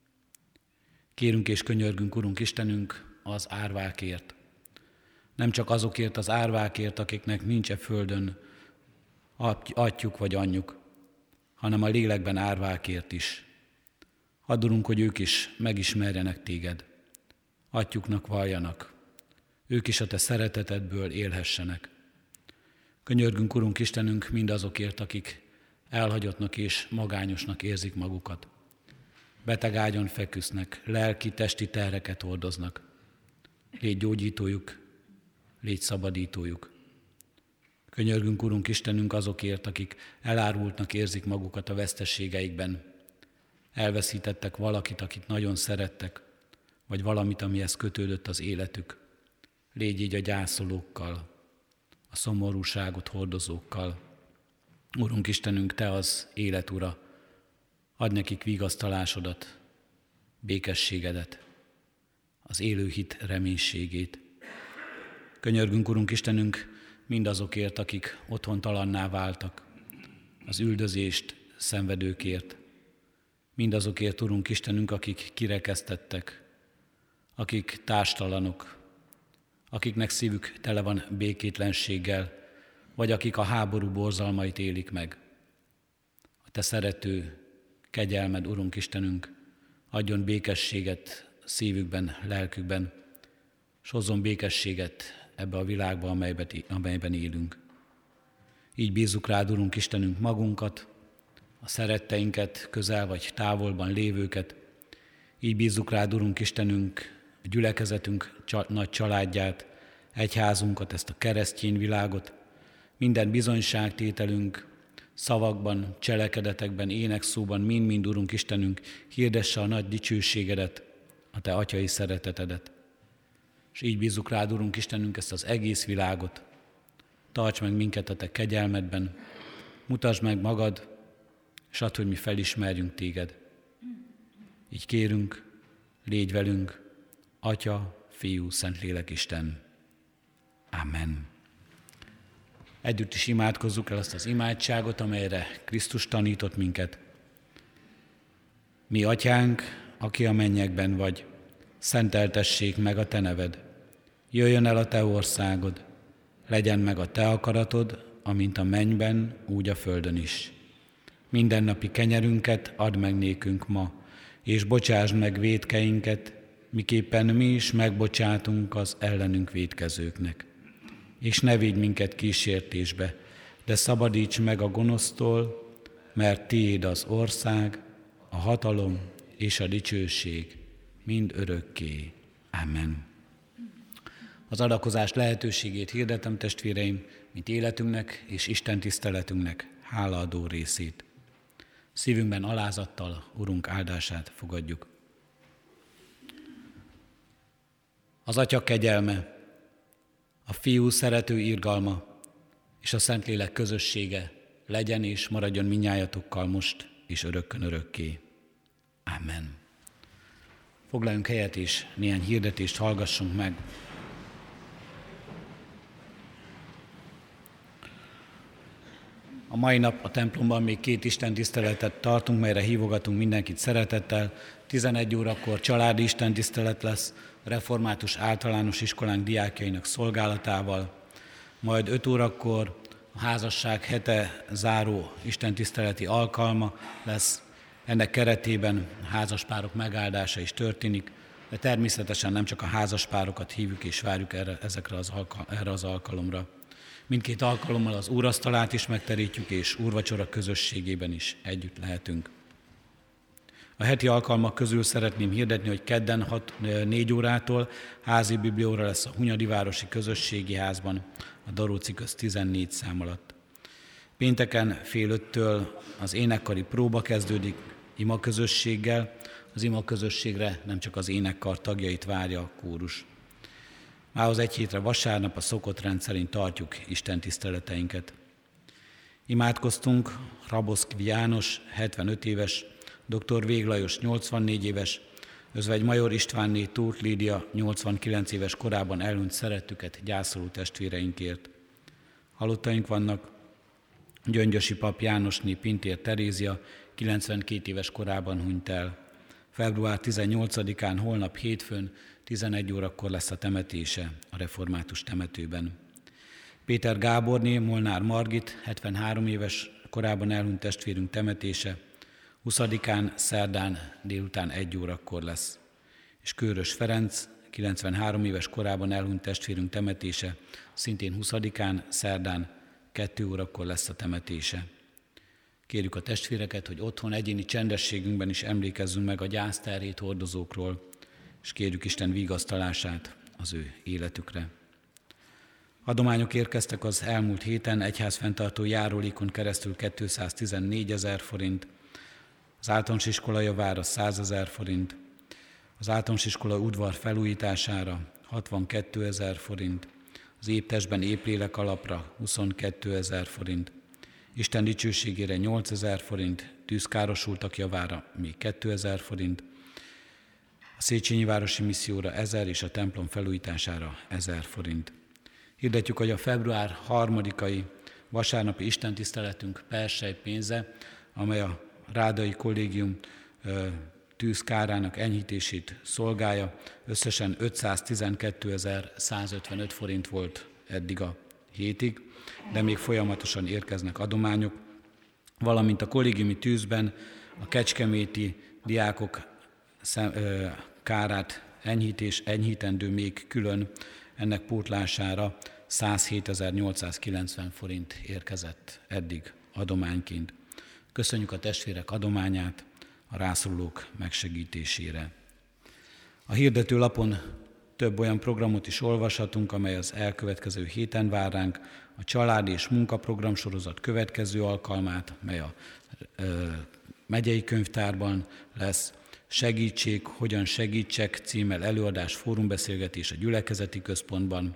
[SPEAKER 3] Kérünk és könyörgünk, Urunk Istenünk, az árvákért. Nem csak azokért az árvákért, akiknek nincs e földön atyjuk vagy anyjuk, hanem a lélekben árvákért is. Add, Urunk, hogy ők is megismerjenek téged, atyjuknak valljanak, ők is a te szeretetedből élhessenek. Könyörgünk, Urunk Istenünk, mindazokért, akik elhagyottnak és magányosnak érzik magukat. Beteg ágyon feküsznek, lelki, testi terheket hordoznak. Légy gyógyítójuk, légy szabadítójuk. Könyörgünk, Urunk Istenünk, azokért, akik elárultnak érzik magukat a veszteségeikben. Elveszítettek valakit, akit nagyon szerettek, vagy valamit, amihez kötődött az életük. Légy így a gyászolókkal, a szomorúságot hordozókkal. Urunk Istenünk, te az élet ura, add nekik vigasztalásodat, békességedet, az élő hit reménységét. Könyörgünk, Urunk Istenünk, mindazokért, akik otthontalanná váltak, az üldözést szenvedőkért, mindazokért, Urunk Istenünk, akik kirekesztettek, akik társtalanok, akiknek szívük tele van békétlenséggel, vagy akik a háború borzalmait élik meg. A te szerető kegyelmed, Urunk Istenünk, adjon békességet szívükben, lelkükben, és hozzon békességet ebbe a világba, amelyben, amelyben élünk. Így bízzuk rád, Urunk Istenünk, magunkat, a szeretteinket, közel vagy távolban lévőket. Így bízzuk rád, Urunk Istenünk, a gyülekezetünk nagy családját, egyházunkat, ezt a keresztény világot, minden bizonyságtételünk, szavakban, cselekedetekben, énekszóban, mind-mind, Urunk Istenünk, hirdesse a nagy dicsőségedet, a te atyai szeretetedet. És így bízzuk rád, Urunk Istenünk, ezt az egész világot. Tarts meg minket a te kegyelmedben, mutasd meg magad, és add, hogy mi felismerjünk téged. Így kérünk, légy velünk, Atya, Fiú, Szentlélek Isten. Amen. Együtt is imádkozzuk el azt az imádságot, amelyre Krisztus tanított minket. Mi atyánk, aki a mennyekben vagy, szenteltessék meg a te neved. Jöjjön el a te országod, legyen meg a te akaratod, amint a mennyben, úgy a földön is. Mindennapi kenyerünket add meg nékünk ma, és bocsásd meg vétkeinket, miképpen mi is megbocsátunk az ellenünk vétkezőknek. És ne vigy minket kísértésbe, de szabadíts meg a gonosztól, mert tiéd az ország, a hatalom és a dicsőség mind örökké. Amen. Az adakozás lehetőségét hirdetem, testvéreim, mint életünknek és Isten tiszteletünknek hálaadó részét. Szívünkben alázattal Urunk áldását fogadjuk. Az Atya kegyelme, a Fiú szerető irgalma és a Szentlélek közössége legyen és maradjon mindnyájatokkal most és örökkön örökké. Amen. Foglaljunk helyet és néhány hirdetést hallgassunk meg. A mai nap a templomban még két istentiszteletet tartunk, melyre hívogatunk mindenkit szeretettel. tizenegy órakor családi istentisztelet lesz református általános iskolánk diákjainak szolgálatával, majd öt órakor a házasság hete záró istentiszteleti alkalma lesz. Ennek keretében a házaspárok megáldása is történik, de természetesen nem csak a házaspárokat hívjuk és várjuk erre, ezekre az alkal- erre az alkalomra. Mindkét alkalommal az úrasztalát is megterítjük, és úrvacsora közösségében is együtt lehetünk. A heti alkalmak közül szeretném hirdetni, hogy kedden hat, négy órától házi biblióra lesz a Hunyadi Városi Közösségi Házban, a Daróci köz tizennégy szám alatt. Pénteken fél öttől az énekkari próba kezdődik ima közösséggel. Az ima közösségre nem csak az énekkar tagjait várja a kórus. Mához egy hétre vasárnap a szokott rendszerint tartjuk istentiszteleteinket. Imádkoztunk Raboszki János, hetvenöt éves, dr. Vég Lajos, nyolcvannégy éves, Özvegy Major Istvánné, Tóth Lídia, nyolcvankilenc éves korában elhunyt szerettüket gyászoló testvéreinkért. Halottaink vannak: Gyöngyösi pap Jánosné Pintér Terézia, kilencvenkét éves korában hunyt el. február tizennyolcadikán, holnap hétfőn, tizenegy órakor lesz a temetése a református temetőben. Péter Gáborné, Molnár Margit, hetvenhárom éves korában elhunyt testvérünk temetése, huszadikán, szerdán délután egy órakor lesz. És Kőrös Ferenc, kilencvenhárom éves korában elhunyt testvérünk temetése, szintén huszadikán, szerdán kettő órakor lesz a temetése. Kérjük a testvéreket, hogy otthon egyéni csendességünkben is emlékezzünk meg a gyászterhét hordozókról, és kérjük Isten vigasztalását az ő életükre. Adományok érkeztek az elmúlt héten, egyházfenntartó járulékon keresztül kétszáztizennégy forint, az általános iskola javára százezer forint, az általános iskola udvar felújítására hatvankétezer forint, az épp testben épp lélek alapra huszonkétezer forint, Isten dicsőségére nyolcezer forint, tűzkárosultak javára még kétezer forint, a Széchenyi Városi Misszióra ezer és a templom felújítására ezer forint. Hirdetjük, hogy a február harmadikai vasárnapi istentiszteletünk persely pénze, amely a Rádai Kollégium tűzkárának enyhítését szolgálja, összesen ötszáztizenkétezer-százötvenöt forint volt eddig a hétig, de még folyamatosan érkeznek adományok, valamint a kollégiumi tűzben a kecskeméti diákok kárát enyhítés, enyhítendő még külön, ennek pótlására százhétezer-nyolcszázkilencven forint érkezett eddig adományként. Köszönjük a testvérek adományát a rászorulók megsegítésére. A hirdető lapon több olyan programot is olvashatunk, amely az elkövetkező héten vár ránk. A családi és munkaprogram sorozat következő alkalmát, mely a ö, megyei könyvtárban lesz. Segítség, hogyan segítsek címmel előadás, fórumbeszélgetés a gyülekezeti központban.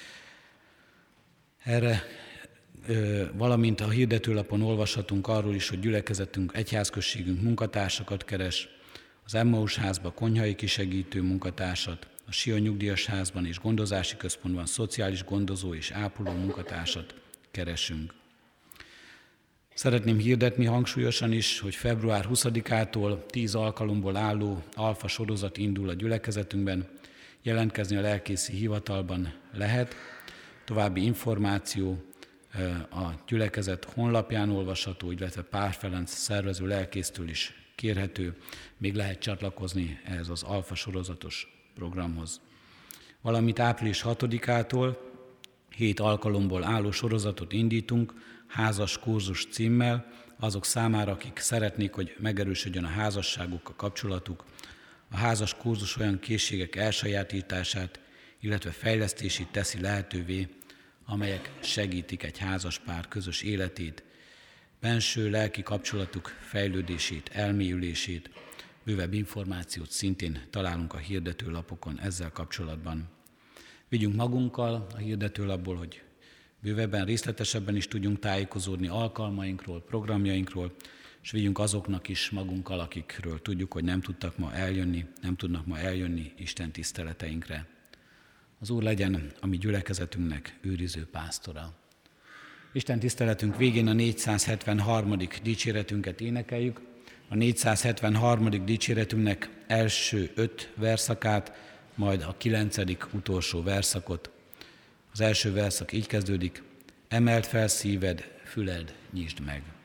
[SPEAKER 3] Erre, ö, valamint a hirdetőlapon olvashatunk arról is, hogy gyülekezetünk, egyházközségünk munkatársakat keres, az Emmaus házba konyhai kisegítő munkatársat, a Sion nyugdíjas házban és gondozási központban szociális gondozó és ápoló munkatársat keresünk. Szeretném hirdetni hangsúlyosan is, hogy február huszadikától tíz alkalomból álló alfa sorozat indul a gyülekezetünkben. Jelentkezni a lelkészi hivatalban lehet. További információ a gyülekezet honlapján olvasható, illetve Pál Ferenc szervező lelkésztől is kérhető, még lehet csatlakozni ehhez az Alfa sorozatos programhoz. Valamint április hatodikától hét alkalomból álló sorozatot indítunk, házas kurzus címmel, azok számára, akik szeretnék, hogy megerősödjön a házasságuk, a kapcsolatuk. A házas kurzus olyan készségek elsajátítását, illetve fejlesztését teszi lehetővé, amelyek segítik egy házas pár közös életét, benső lelki kapcsolatuk fejlődését, elmélyülését. Bővebb információt szintén találunk a hirdetőlapokon ezzel kapcsolatban. Vigyünk magunkkal a hirdetőlapból, hogy bővebben, részletesebben is tudjunk tájékozódni alkalmainkról, programjainkról, és vigyünk azoknak is magunkkal, akikről tudjuk, hogy nem tudtak ma eljönni, nem tudnak ma eljönni Isten tiszteleteinkre. Az Úr legyen a mi gyülekezetünknek őriző pásztora. Isten tiszteletünk végén a négyszázhetvenharmadik dicséretünket énekeljük. A négyszázhetvenharmadik dicséretünknek első öt verszakát, majd a kilencedik utolsó verszakot. Az első verszak így kezdődik: emeld fel szíved, füled nyisd meg.